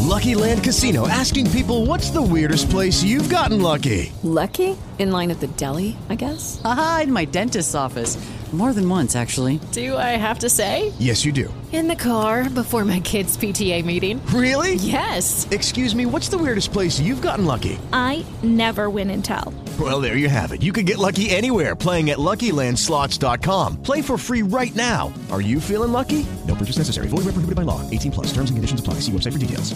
Lucky Land Casino, asking people, what's the weirdest place you've gotten lucky? Lucky? In line at the deli, I guess? Aha, in my dentist's office. More than once, actually. Do I have to say? Yes, you do. In the car before my kids' PTA meeting. Really? Yes. Excuse me, what's the weirdest place you've gotten lucky? I never win and tell. Well, there you have it. You can get lucky anywhere, playing at LuckyLandSlots.com. Play for free right now. Are you feeling lucky? No purchase necessary. Void where prohibited by law. 18 plus. Terms and conditions apply. See website for details.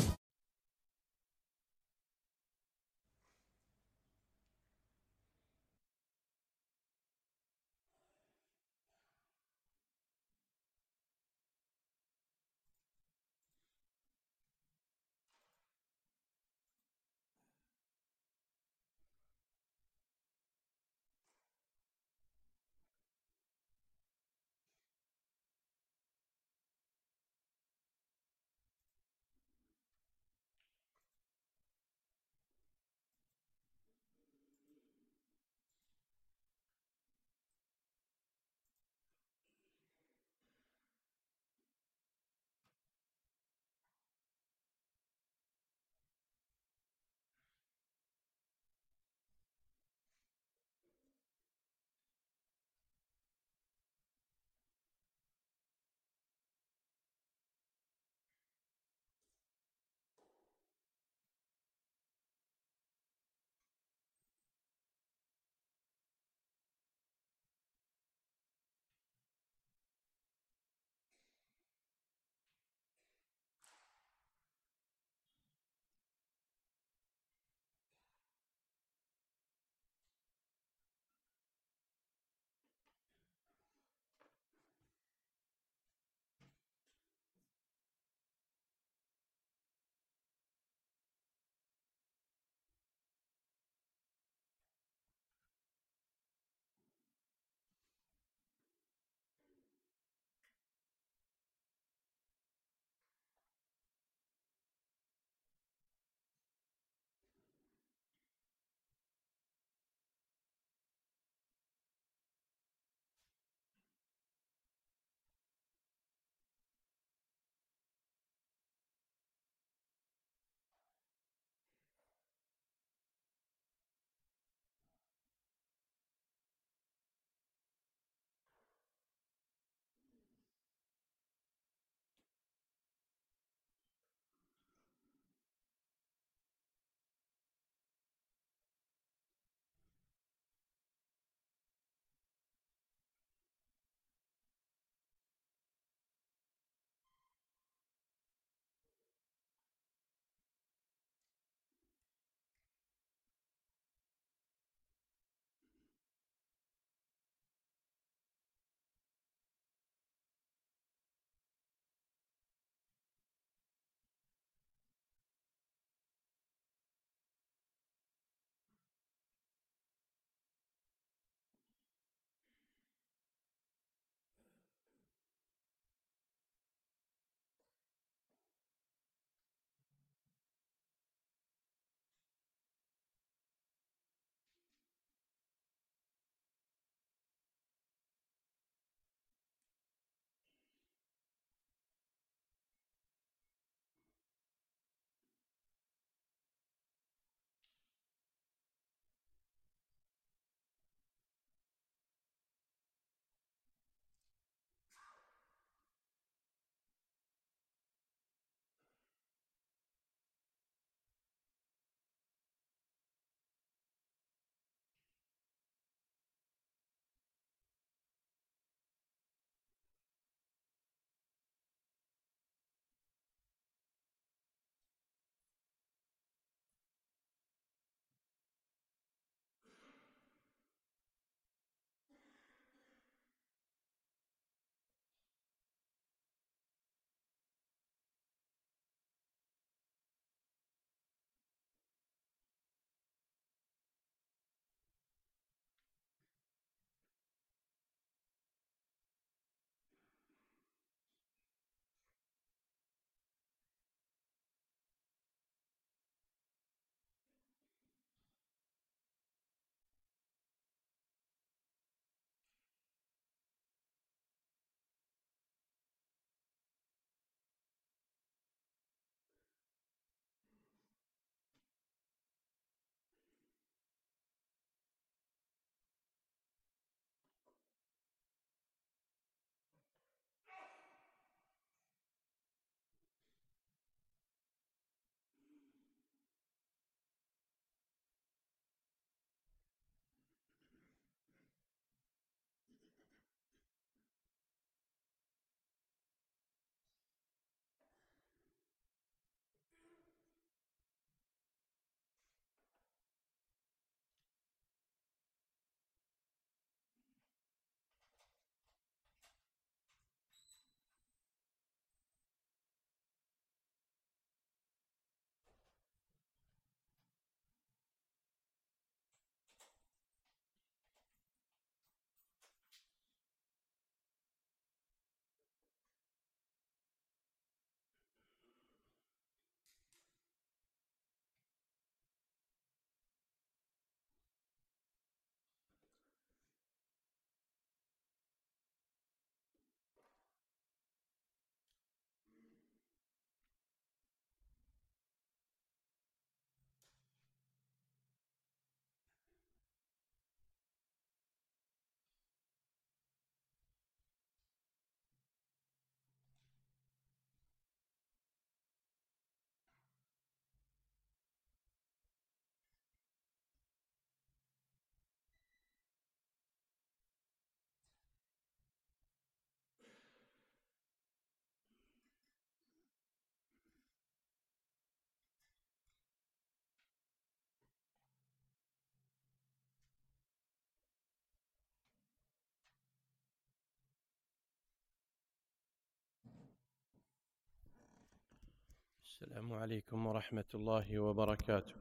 السلام عليكم ورحمة الله وبركاته.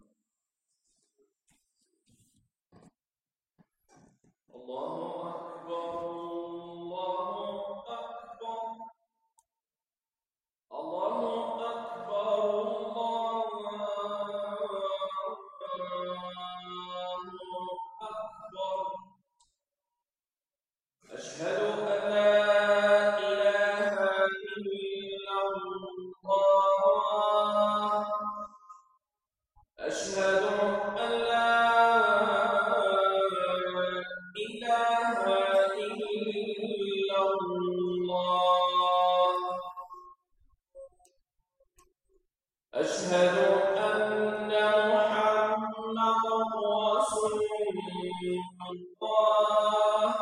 الله أكبر الله أكبر الله أكبر الله أكبر. أشهد أن لا إله إلا الله. أشهد أن لا إله إلا الله. أشهد أن محمدا رسول الله.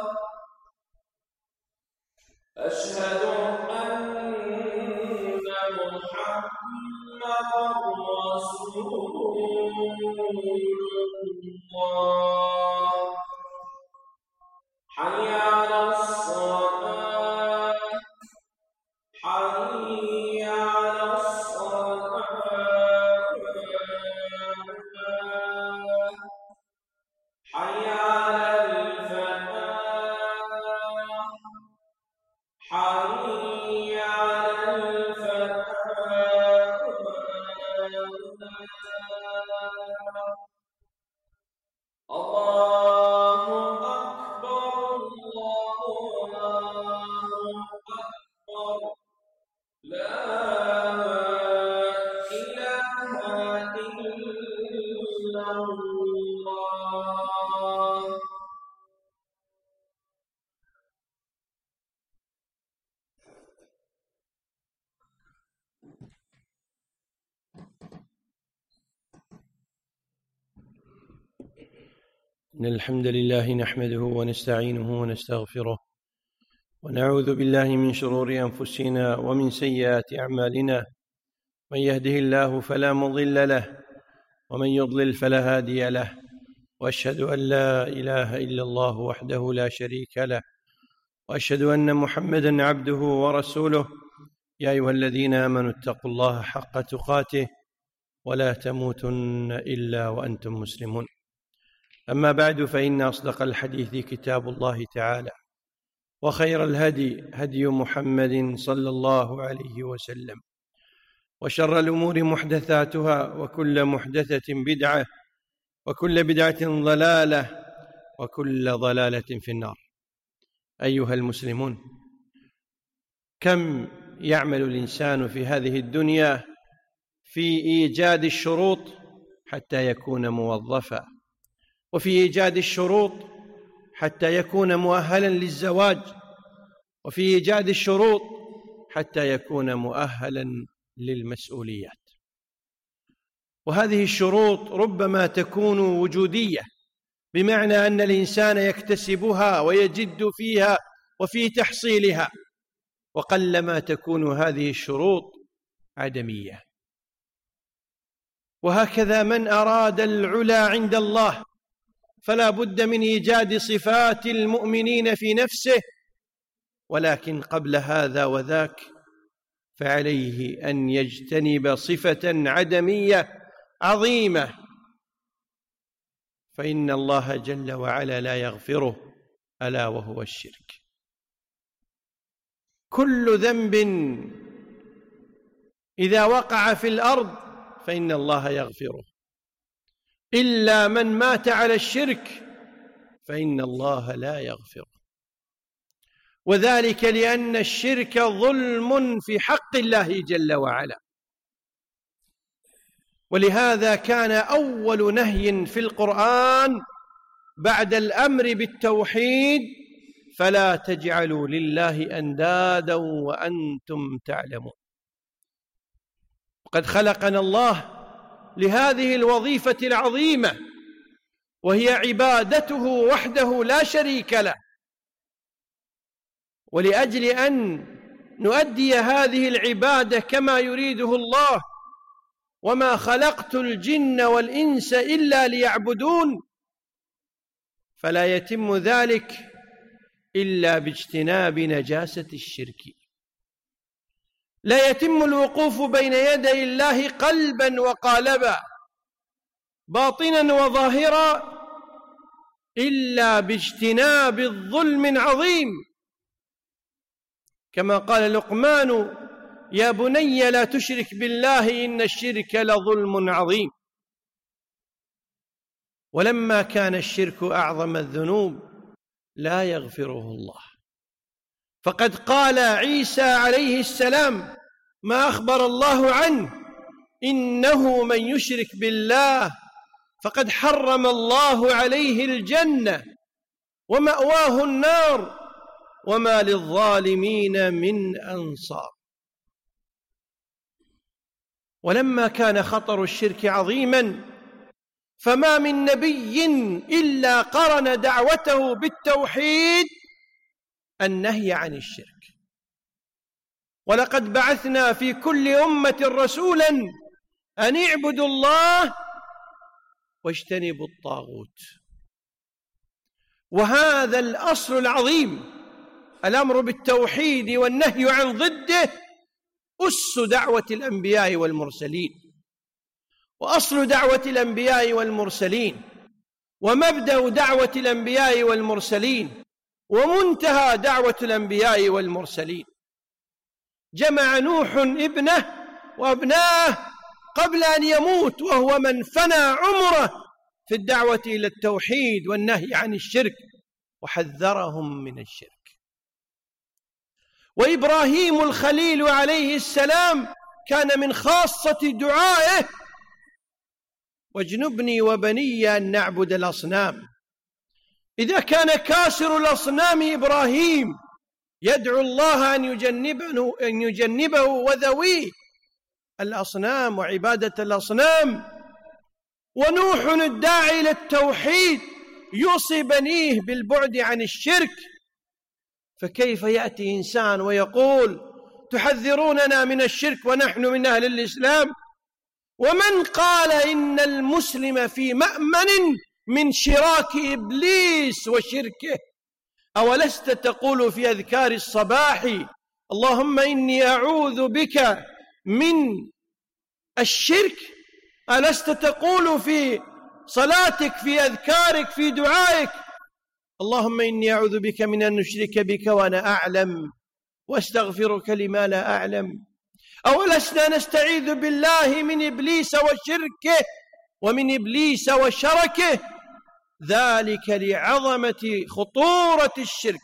أشهد أن محمدا رسول الله. حي على الصلاة حي على الصلاة حي على الفلاح حي على الفلاح. الله أكبر الله أكبر. لا إله إلا الله. إن الحمد لله نحمده ونستعينه ونستغفره ونعوذ بالله من شرور أنفسنا ومن سيئات أعمالنا. من يهده الله فلا مضل له ومن يضلل فلا هادي له. وأشهد أن لا إله إلا الله وحده لا شريك له وأشهد أن محمدًا عبده ورسوله. يا أيها الذين آمنوا اتقوا الله حق تقاته ولا تموتن إلا وأنتم مسلمون. أما بعد، فإن أصدق الحديث كتاب الله تعالى، وخير الهدي هدي محمد صلى الله عليه وسلم، وشر الأمور محدثاتها، وكل محدثة بدعة، وكل بدعة ضلالة، وكل ضلالة في النار. أيها المسلمون، كم يعمل الإنسان في هذه الدنيا في إيجاد الشروط حتى يكون موظفا، وفي إيجاد الشروط حتى يكون مؤهلا للزواج، وفي إيجاد الشروط حتى يكون مؤهلا للمسؤوليات. وهذه الشروط ربما تكون وجودية، بمعنى أن الإنسان يكتسبها ويجد فيها وفي تحصيلها، وقلما تكون هذه الشروط عدمية. وهكذا من أراد العلا عند الله فلا بد من إيجاد صفات المؤمنين في نفسه، ولكن قبل هذا وذاك فعليه أن يجتنب صفة عدمية عظيمة، فإن الله جل وعلا لا يغفره، ألا وهو الشرك. كل ذنب إذا وقع في الأرض فإن الله يغفره، إلا من مات على الشرك فإن الله لا يغفره، وذلك لأن الشرك ظلم في حق الله جل وعلا. ولهذا كان أول نهي في القرآن بعد الأمر بالتوحيد: فلا تجعلوا لله أندادا وأنتم تعلمون. وقد خلقنا الله لهذه الوظيفة العظيمة، وهي عبادته وحده لا شريك له. ولأجل أن نؤدي هذه العبادة كما يريده الله: وما خلقت الجن والإنس إلا ليعبدون، فلا يتم ذلك إلا باجتناب نجاسة الشرك. لا يتم الوقوف بين يدي الله قلبا وقالبا باطنا وظاهرا إلا باجتناب الظلم عظيم، كما قال لقمان: يا بني لا تشرك بالله إن الشرك لظلم عظيم. ولما كان الشرك أعظم الذنوب لا يغفره الله، فقد قال عيسى عليه السلام ما أخبر الله عنه: إنه من يشرك بالله فقد حرم الله عليه الجنة ومأواه النار وما للظالمين من أنصار. ولما كان خطر الشرك عظيما فما من نبي إلا قرن دعوته بالتوحيد النهي عن الشرك. ولقد بعثنا في كل أمة رسولا أن اعبدوا الله واجتنبوا الطاغوت. وهذا الأصل العظيم، الأمر بالتوحيد والنهي عن ضده، أس دعوة الأنبياء والمرسلين، وأصل دعوة الأنبياء والمرسلين، ومبدأ دعوة الأنبياء والمرسلين، ومنتهى دعوة الأنبياء والمرسلين. جمع نوح ابنه وابناه قبل أن يموت، وهو من فنى عمره في الدعوة إلى التوحيد والنهي عن الشرك، وحذرهم من الشرك. وإبراهيم الخليل عليه السلام كان من خاصة دعائه: واجنبني وبني أن نعبد الأصنام. إذا كان كاسر الأصنام إبراهيم يدعو الله أن يجنبه وذويه الأصنام وعبادة الأصنام، ونوح الداعي إلى التوحيد يوصي بنيه بالبعد عن الشرك، فكيف يأتي إنسان ويقول تحذروننا من الشرك ونحن من أهل الإسلام؟ ومن قال إن المسلم في مأمن من شراك إبليس وشركه؟ أولست تقول في أذكار الصباح: اللهم إني أعوذ بك من الشرك؟ ألست تقول في صلاتك في أذكارك في دعائك: اللهم إني أعوذ بك من أن نشرك بك وأنا أعلم واستغفرك لما لا أعلم؟ أولسنا نستعيذ بالله من إبليس وشركه ومن إبليس وشركه؟ ذلك لعظمة خطورة الشرك.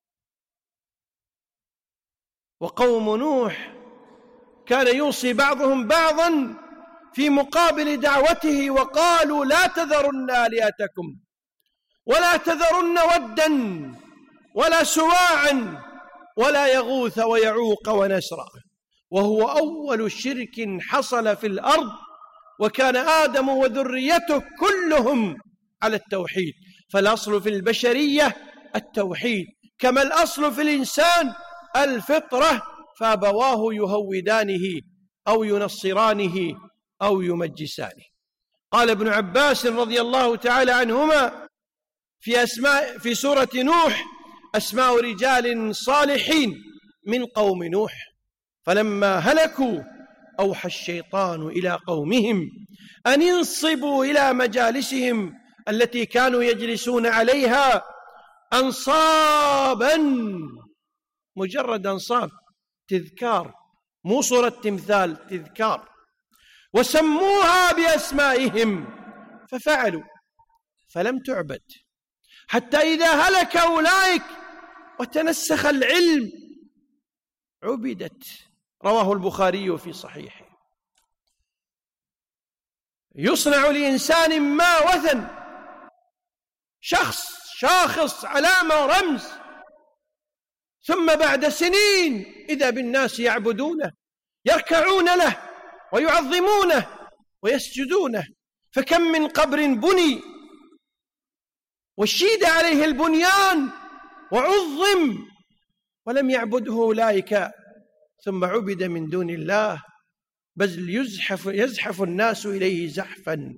وقوم نوح كان يوصي بعضهم بعضا في مقابل دعوته، وقالوا: لا تذرن آلهتكم ولا تذرن ودا ولا سواعا ولا يغوث ويعوق ونسرا. وهو أول شرك حصل في الأرض، وكان آدم وذريته كلهم على التوحيد. فالأصل في البشرية التوحيد، كما الأصل في الإنسان الفطرة، فأبواه يهودانه أو ينصرانه أو يمجسانه. قال ابن عباس رضي الله تعالى عنهما في سورة نوح: أسماء رجال صالحين من قوم نوح فلما هلكوا أوحى الشيطان إلى قومهم أن ينصبوا إلى مجالسهم التي كانوا يجلسون عليها أنصابا، مجرد أنصاب، تذكار، مو صورة تمثال، تذكار، وسموها بأسمائهم ففعلوا فلم تعبد، حتى إذا هلك أولئك وتنسخ العلم عبدت. رواه البخاري في صحيحه. يصنع لإنسان ما وثن، شاخص، علامة ورمز، ثم بعد سنين إذا بالناس يعبدونه، يركعون له ويعظمونه ويسجدونه. فكم من قبر بني وشيد عليه البنيان وعظم ولم يعبده أولئك، ثم عبد من دون الله، بل يزحف الناس إليه زحفا.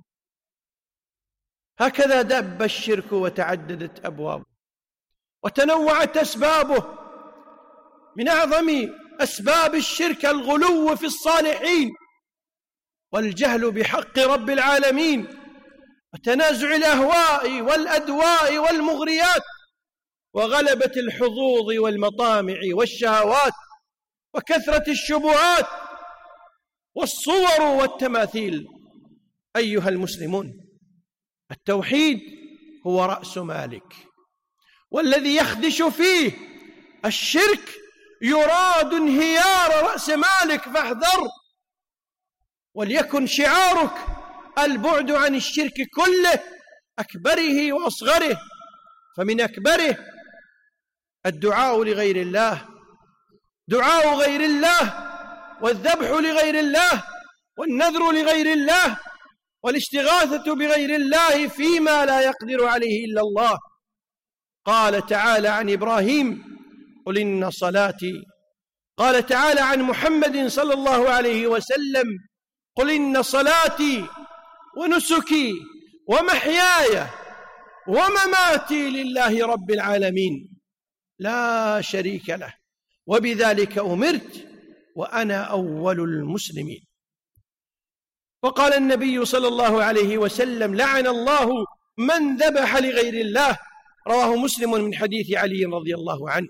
هكذا دب الشرك وتعددت أبوابه وتنوعت أسبابه. من أعظم أسباب الشرك الغلو في الصالحين، والجهل بحق رب العالمين، وتنازع الأهواء والأدواء والمغريات، وغلبة الحظوظ والمطامع والشهوات، وكثرة الشبهات والصور والتماثيل. أيها المسلمون، التوحيد هو رأس مالك، والذي يخدش فيه الشرك يراد انهيار رأس مالك، فاحذر. وليكن شعارك البعد عن الشرك كله، أكبره وأصغره. فمن أكبره الدعاء لغير الله، دعاء غير الله، والذبح لغير الله، والنذر لغير الله، والاستغاثة بغير الله فيما لا يقدر عليه إلا الله. قال تعالى عن إبراهيم: قل إن صلاتي. قال تعالى عن محمد صلى الله عليه وسلم: قل إن صلاتي ونسكي ومحياي ومماتي لله رب العالمين لا شريك له وبذلك أمرت وأنا أول المسلمين. وقال النبي صلى الله عليه وسلم: لعن الله من ذبح لغير الله. رواه مسلم من حديث علي رضي الله عنه.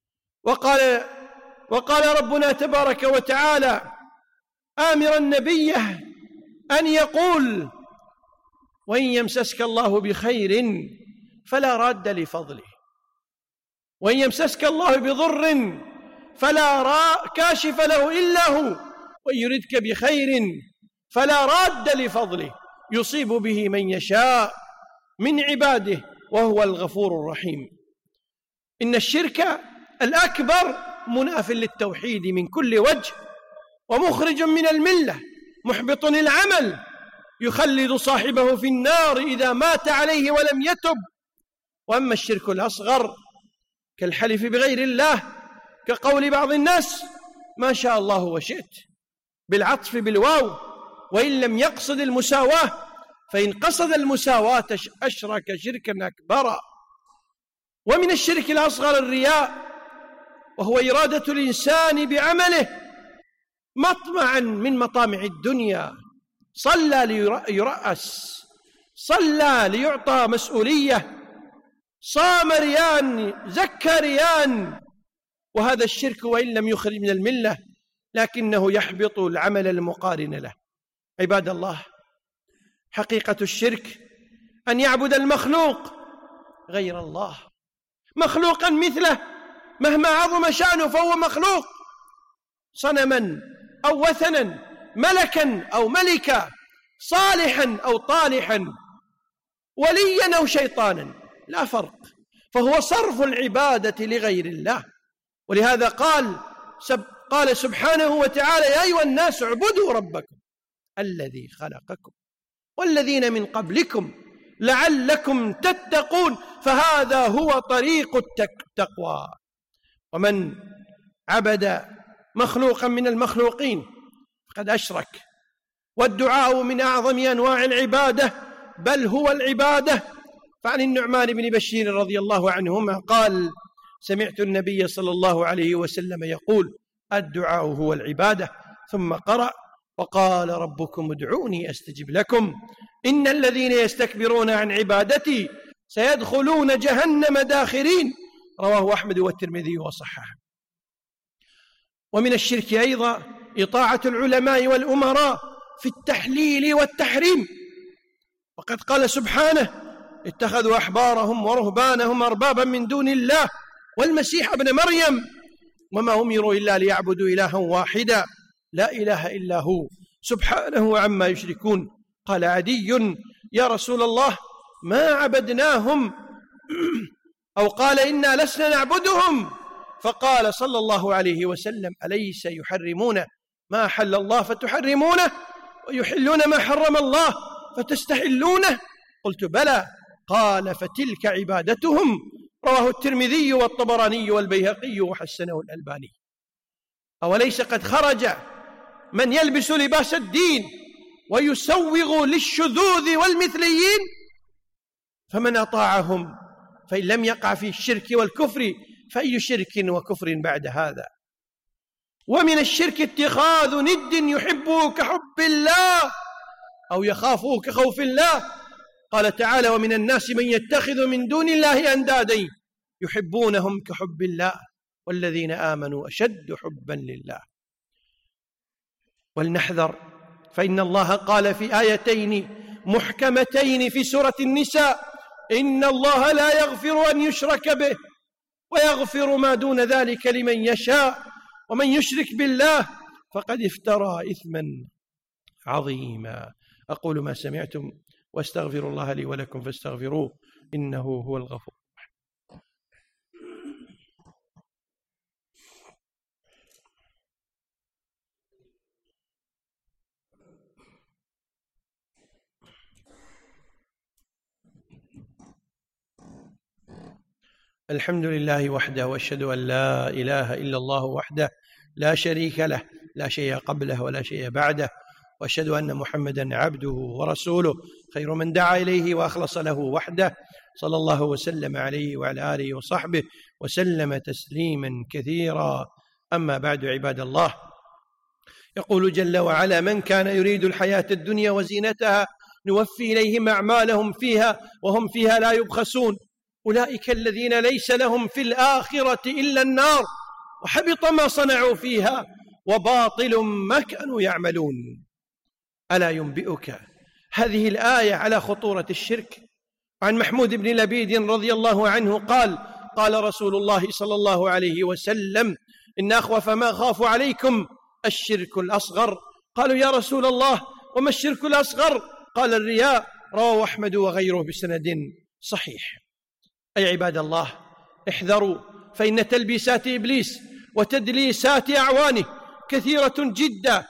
وقال ربنا تبارك وتعالى آمرا نبيه أن يقول: وإن يمسسك الله بخير فلا راد لفضله، وإن يمسسك الله بضر فلا كاشف له إلا هو، وإن يردك بخير فلا راد لفضله يصيب به من يشاء من عباده وهو الغفور الرحيم. إن الشرك الأكبر مناف للتوحيد من كل وجه، ومخرج من الملة، محبط العمل، يخلد صاحبه في النار إذا مات عليه ولم يتب. وأما الشرك الأصغر كالحلف بغير الله، كقول بعض الناس: ما شاء الله وشئت، بالعطف بالواو، وإن لم يقصد المساواة، فإن قصد المساواة أشرك شركا أكبرا. ومن الشرك الأصغر الرياء، وهو إرادة الإنسان بعمله مطمعا من مطامع الدنيا. صلى ليرأس، صلى ليعطى مسؤولية، صام ريان، زكى ريان. وهذا الشرك وإن لم يخرج من الملة لكنه يحبط العمل المقارن له. عباد الله، حقيقة الشرك أن يعبد المخلوق غير الله، مخلوقا مثله مهما عظم شأنه فهو مخلوق، صنما أو وثنا، ملكا أو ملكا، صالحا أو طالحا، وليا أو شيطانا، لا فرق، فهو صرف العبادة لغير الله. ولهذا قال سبحانه وتعالى: يا أيها الناس اعبدوا ربكم الذي خلقكم والذين من قبلكم لعلكم تتقون. فهذا هو طريق التقوى. ومن عبد مخلوقا من المخلوقين فقد أشرك. والدعاء من أعظم أنواع العبادة، بل هو العبادة. فعن النعمان بن بشير رضي الله عنهما قال: سمعت النبي صلى الله عليه وسلم يقول: الدعاء هو العبادة. ثم قرأ: وقال ربكم ادعوني أستجب لكم إن الذين يستكبرون عن عبادتي سيدخلون جهنم داخرين. رواه أحمد والترمذي وصححه. ومن الشرك أيضا إطاعة العلماء والأمراء في التحليل والتحريم. وقد قال سبحانه: اتخذوا أحبارهم ورهبانهم أربابا من دون الله والمسيح ابن مريم وما أمروا إلا ليعبدوا إلها واحدا لا إله إلا هو سبحانه عما يشركون. قال عدي: يا رسول الله ما عبدناهم، أو قال: إنا لسنا نعبدهم. فقال صلى الله عليه وسلم: أليس يحرمون ما أحل الله فتحرمونه ويحلون ما حرم الله فتستحلونه؟ قلت: بلى. قال: فتلك عبادتهم. رواه الترمذي والطبراني والبيهقي وحسنه الألباني. أوليس قد خرج من يلبس لباس الدين ويسوغ للشذوذ والمثليين؟ فمن أطاعهم فإن لم يقع في الشرك والكفر فأي شرك وكفر بعد هذا؟ ومن الشرك اتخاذ ند يحبه كحب الله أو يخافه كخوف الله. قال تعالى: ومن الناس من يتخذ من دون الله أندادا يحبونهم كحب الله والذين آمنوا أشد حبا لله. ولنحذر، فإن الله قال في آيتين محكمتين في سورة النساء: إن الله لا يغفر أن يشرك به ويغفر ما دون ذلك لمن يشاء ومن يشرك بالله فقد افترى إثما عظيما. أقول ما سمعتم واستغفر الله لي ولكم فاستغفروه إنه هو الغفور. الحمد لله وحده، وأشهد أن لا إله إلا الله وحده لا شريك له، لا شيء قبله ولا شيء بعده، وأشهد أن محمدا عبده ورسوله خير من دعا إليه وأخلص له وحده، صلى الله وسلم عليه وعلى آله وصحبه وسلم تسليما كثيرا. أما بعد، عباد الله، يقول جل وعلا: من كان يريد الحياة الدنيا وزينتها نوفي إليهم أعمالهم فيها وهم فيها لا يبخسون، أولئك الذين ليس لهم في الآخرة إلا النار وحبط ما صنعوا فيها وباطل ما كانوا يعملون. ألا ينبئك هذه الآية على خطورة الشرك؟ عن محمود بن لبيد رضي الله عنه قال: قال رسول الله صلى الله عليه وسلم: إن أخوف ما أخاف عليكم الشرك الأصغر. قالوا: يا رسول الله وما الشرك الأصغر؟ قال: الرياء. رواه أحمد وغيره بسند صحيح. أي عباد الله، احذروا، فإن تلبيسات إبليس وتدليسات أعوانه كثيرة جدا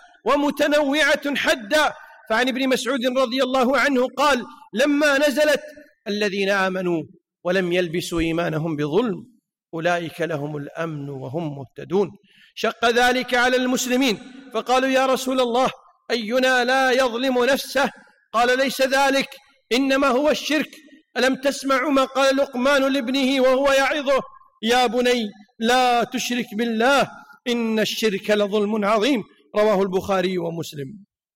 ومتنوعة حدا. فعن ابن مسعود رضي الله عنه قال: لما نزلت الذين آمنوا ولم يلبسوا إيمانهم بظلم أولئك لهم الأمن وهم مهتدون، شق ذلك على المسلمين فقالوا: يا رسول الله أينا لا يظلم نفسه؟ قال: ليس ذلك، إنما هو الشرك. ألم تسمعوا ما قال لقمان لابنه وهو يعظه: يا بني لا تشرك بالله إن الشرك لظلم عظيم. رواه البخاري ومسلم.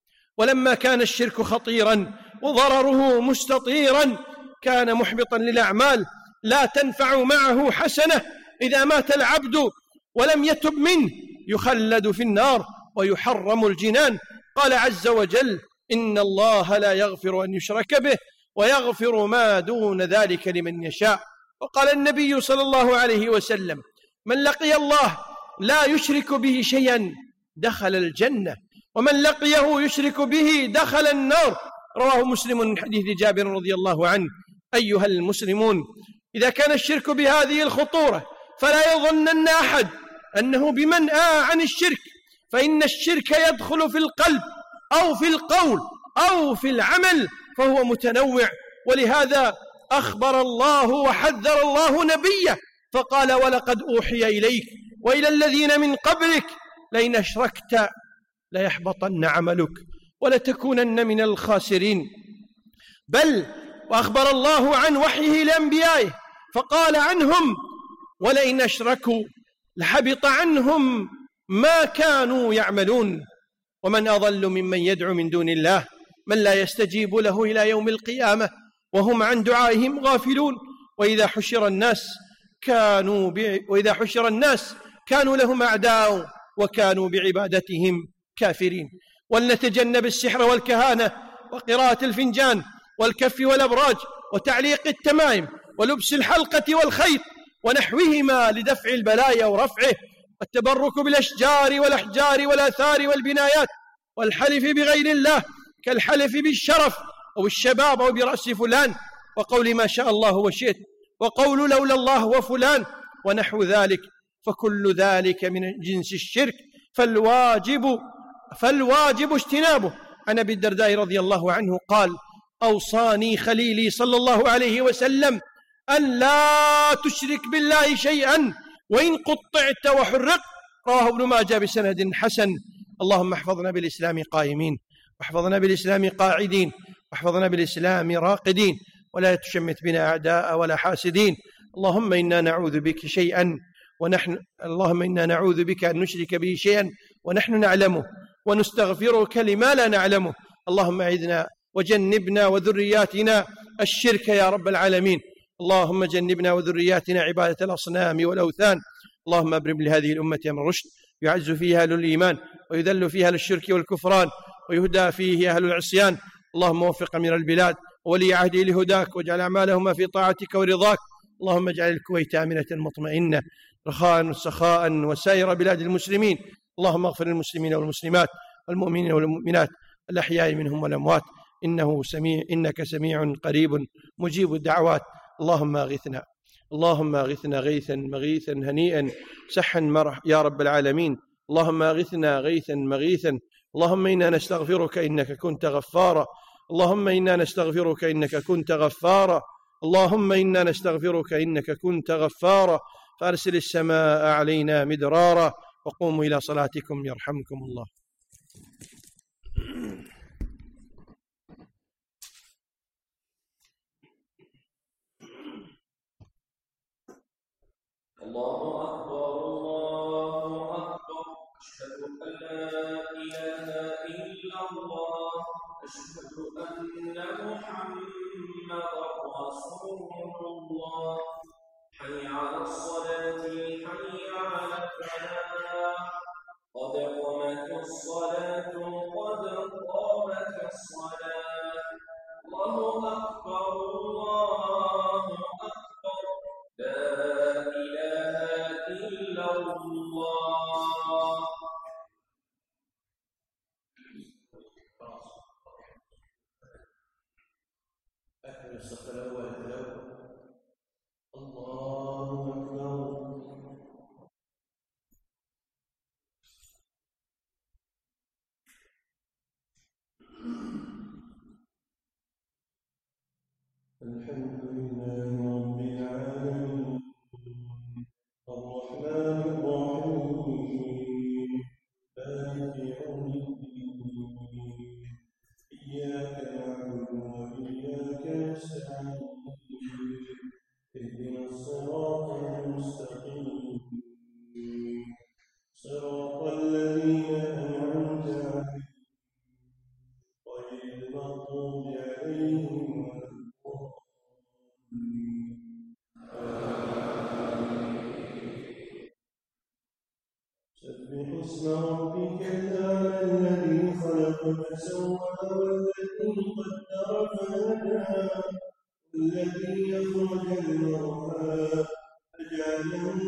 ولما كان الشرك خطيرا وضرره مستطيرا كان محبطا للأعمال، لا تنفع معه حسنة. إذا مات العبد ولم يتب منه يخلد في النار ويحرم الجنان. قال عز وجل: إن الله لا يغفر أن يشرك به ويغفر ما دون ذلك لمن يشاء. وقال النبي صلى الله عليه وسلم: من لقي الله لا يشرك به شيئا دخل الجنة، ومن لقيه يشرك به دخل النار. رواه مسلم من حديث جابر رضي الله عنه. أيها المسلمون، إذا كان الشرك بهذه الخطورة فلا يظنن أحد أنه بمنأى عن الشرك، فإن الشرك يدخل في القلب أو في القول أو في العمل، فهو متنوع. ولهذا أخبر الله وحذر الله نبيه فقال: ولقد أوحي إليك وإلى الذين من قبلك لئن أشركت ليحبطن عملك ولتكونن من الخاسرين. بل وأخبر الله عن وحيه لأنبيائه فقال عنهم: ولئن أشركوا لحبط عنهم ما كانوا يعملون. ومن أضل ممن يدعو من دون الله من لا يستجيب له إلى يوم القيامة وهم عن دعائهم غافلون. وإذا حشر الناس كانوا لهم أعداء وكانوا بعبادتهم كافرين. ولنتجنب السحر والكهانة وقراءة الفنجان والكف والأبراج وتعليق التمائم ولبس الحلقة والخيط ونحوهما لدفع البلايا ورفعه، والتبرك بالأشجار والأحجار والآثار والبنايات، والحلف بغير الله كالحلف بالشرف أو الشباب أو برأس فلان، وقول ما شاء الله وشئت، وقول لولا الله وفلان ونحو ذلك، فكل ذلك من جنس الشرك، فالواجب اجتنابه. عن أبي الدرداء رضي الله عنه قال: أوصاني خليلي صلى الله عليه وسلم أن لا تشرك بالله شيئا وإن قطعت وحرقت. رواه ابن ماجه بسند حسن. اللهم احفظنا بالإسلام قائمين، واحفظنا بالإسلام قاعدين، واحفظنا بالإسلام راقدين، ولا تشمت بنا أعداء ولا حاسدين. اللهم إنا نعوذ بك شيئا اللهم إنا نعوذ بك أن نشرك به شيئا ونحن نعلمه ونستغفرك لما لا نعلمه. اللهم أعذنا وجنبنا وذرياتنا الشرك يا رب العالمين. اللهم جنبنا وذرياتنا عبادة الأصنام والأوثان. اللهم أبرم لهذه الأمة أمر رشد يعز فيها أهل الإيمان ويذل فيها أهل الشرك والكفران ويهدى فيه أهل العصيان. اللهم وفق أمير البلاد وولي عهده لهداك واجعل أعمالهما في طاعتك ورضاك. اللهم اجعل الكويت آمنة مطمئنة رخاء سخاء وسائر بلاد المسلمين. اللهم اغفر للمسلمين والمسلمات والمؤمنين والمؤمنات الأحياء منهم والأموات إنك سميع قريب مجيب الدعوات. اللهم أغثنا غيثا مغيثا هنيئا سحا مرح يا رب العالمين. اللهم أغثنا غيثا مغيثا. اللهم إنا نستغفرك إنك كنت غفارا. اللهم إنا نستغفرك إنك كنت غفارا. اللهم إنا نستغفرك إنك كنت غفارا. فأرسل السماء علينا مدرارا. وقوموا إلى صلاتكم يرحمكم الله. الله أكبر الله أكبر أشهد أن لا إله إلا الله أشهد أن محمدا رسول الله حي على الصلاة حي على الفلاح قد قامت الصلاة قد قامت الصلاة. الله أكبر الله أكبر لا إله إلا الله. أكمل الصف الأول الله أكبر. الحمد لله رب العالمين الرحمن الرحيم مالك يوم الدين إياك نعبد وإياك نستعين اهدنا الصراط المستقيم صراط الذين أنعمت عليهم غير المغضوب عليهم ولا سبح اسم ربك الأعلى الذي خلق فسوى والذي قدر فهدى والذي أخرج المرعى فجعله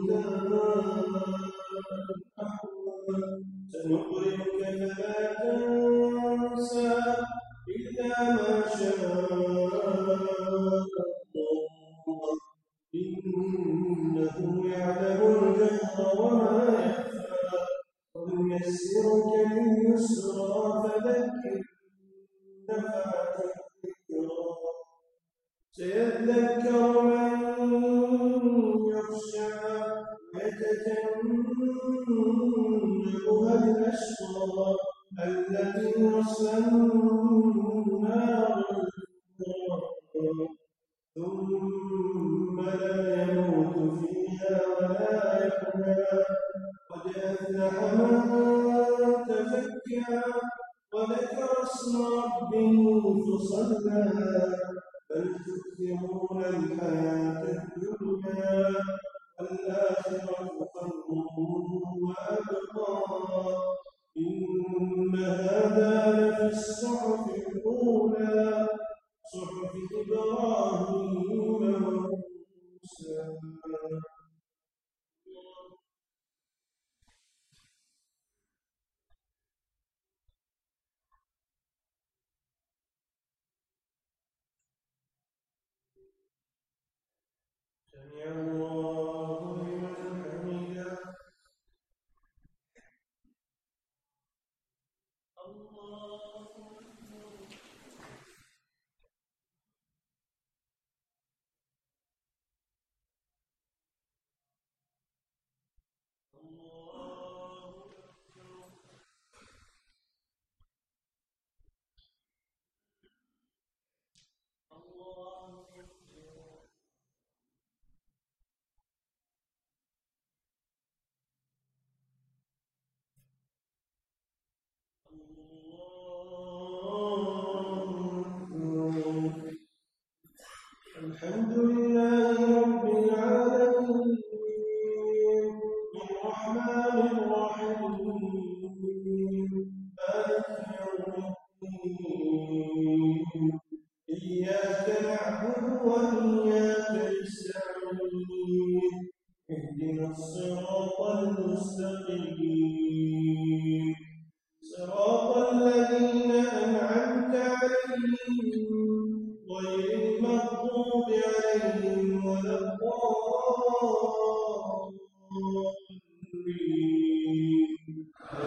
غثاء أحوى سنقرئك فلا تنسى إلا ما شاء الله إنه يعلم الجهر وما يخفى ونيسرك لليسرى فذكر نفعت الذكرى سيذكر من يخشى ويتجنبها الأشقى الذي يصلى النار الكبرى ثم لا يموت فيها ولا يحيا قد أفلح من تزكى وذكر اسم ربه فصلى بل تؤثرون الحياة الدنيا والآخرة خير وأبقى إن هذا لفي الصحف الأولى صحف إبراهيم وموسى. سمع الله لمن حمده الحمد لله رب العالمين الرحمن الرحيم مالك يوم الدين إياك نعبد وإياك نستعين اهدنا الصراط المستقيم صراط الذين أنعمت عليهم غير المغضوب عليهم ولا الضالين.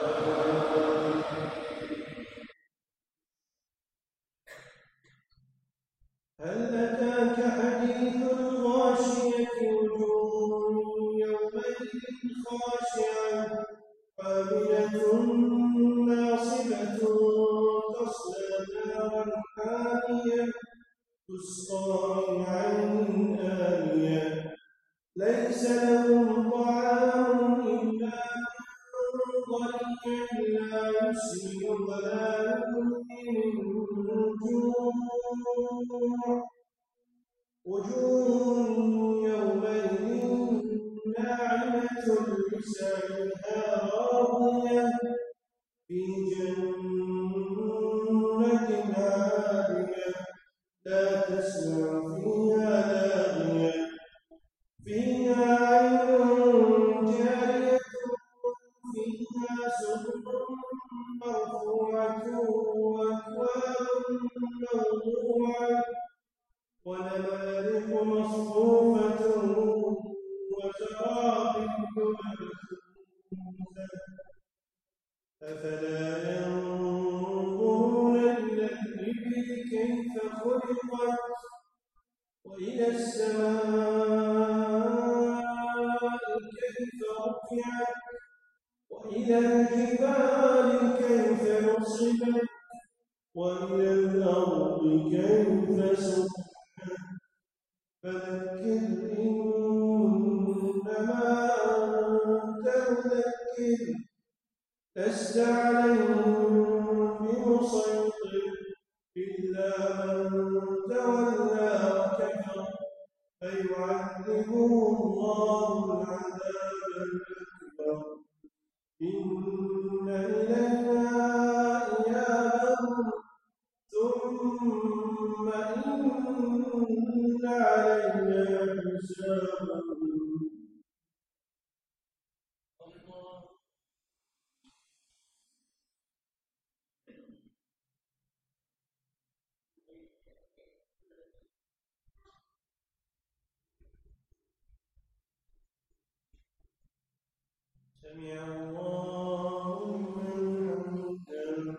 هل أتاك حديث الغاشية وجوه يومئذ خاشعة عاملة ناصبة تصلى نارا حامية تسقى من عين آنية ليس لهم طعام إلا من ضريع لا يسمن ولا يغني من جوع وجوه يومئذ ناعمة لسعيها راضية في جنة عالية لا تسمع فيها لاغية فيها عين جارية فيها سرر مرفوعة وأكواب موضوعة ونمارق مصفوفة وزرابي مبثوثة أفلا ينظرون إلى الإبل كيف خلقت وإلى السماء كيف رفعت وإلى الجبال كيف نصبت وإلى الأرض كيف سطحت فذكر إنما أنت مذكر لست عليهم بمسيطر إلا من تولى وكفر فيعذبه الله العذاب الأكبر إن إلينا إيابهم ثم إن علينا حسابهم. سمع الله لمن حمده.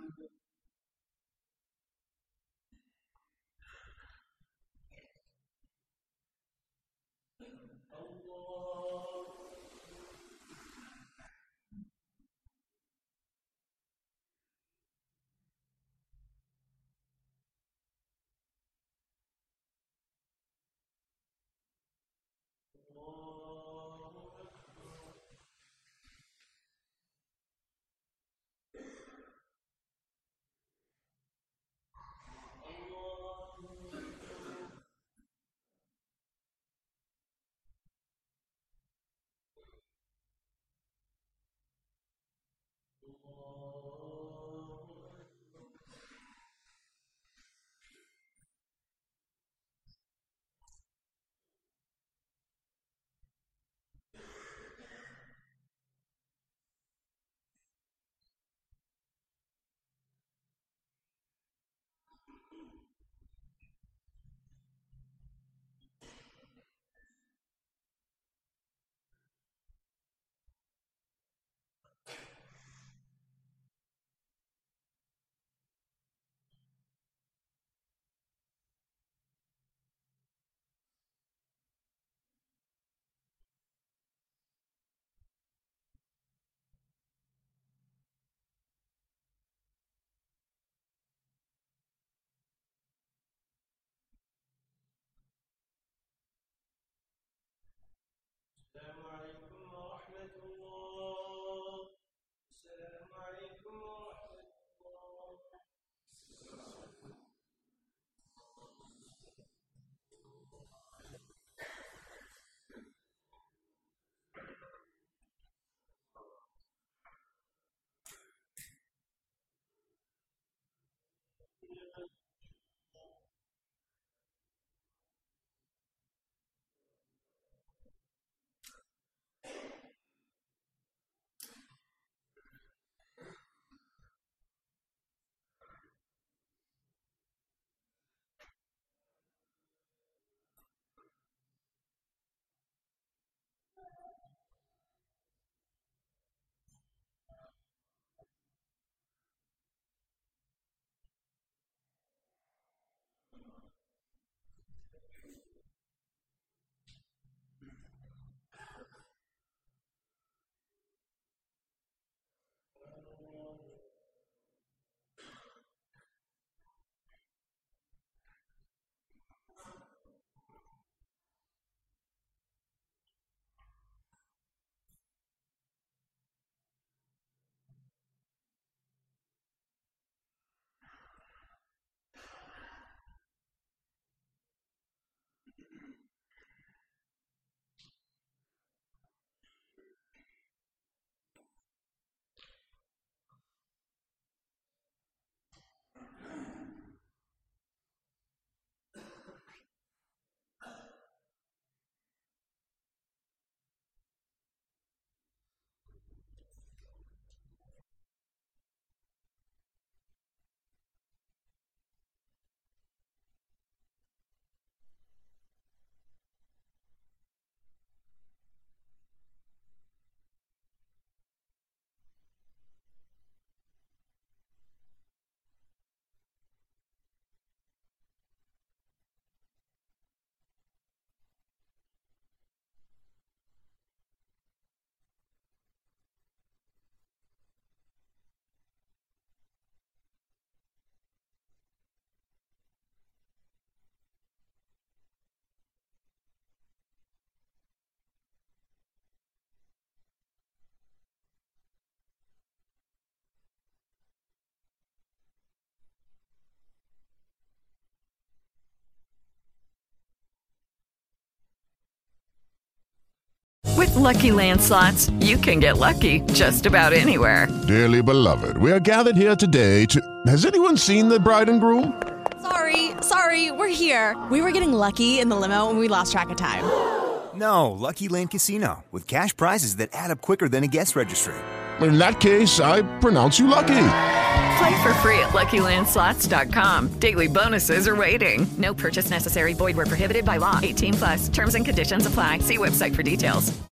Lucky Land Slots, you can get lucky just about anywhere. Dearly beloved, we are gathered here today to... Has anyone seen the bride and groom? Sorry, we're here. We were getting lucky in the limo and we lost track of time. No, Lucky Land Casino, with cash prizes that add up quicker than a guest registry. In that case, I pronounce you lucky. Play for free at LuckyLandSlots.com. Daily bonuses are waiting. No purchase necessary. Void where prohibited by law. 18+. Terms and conditions apply. See website for details.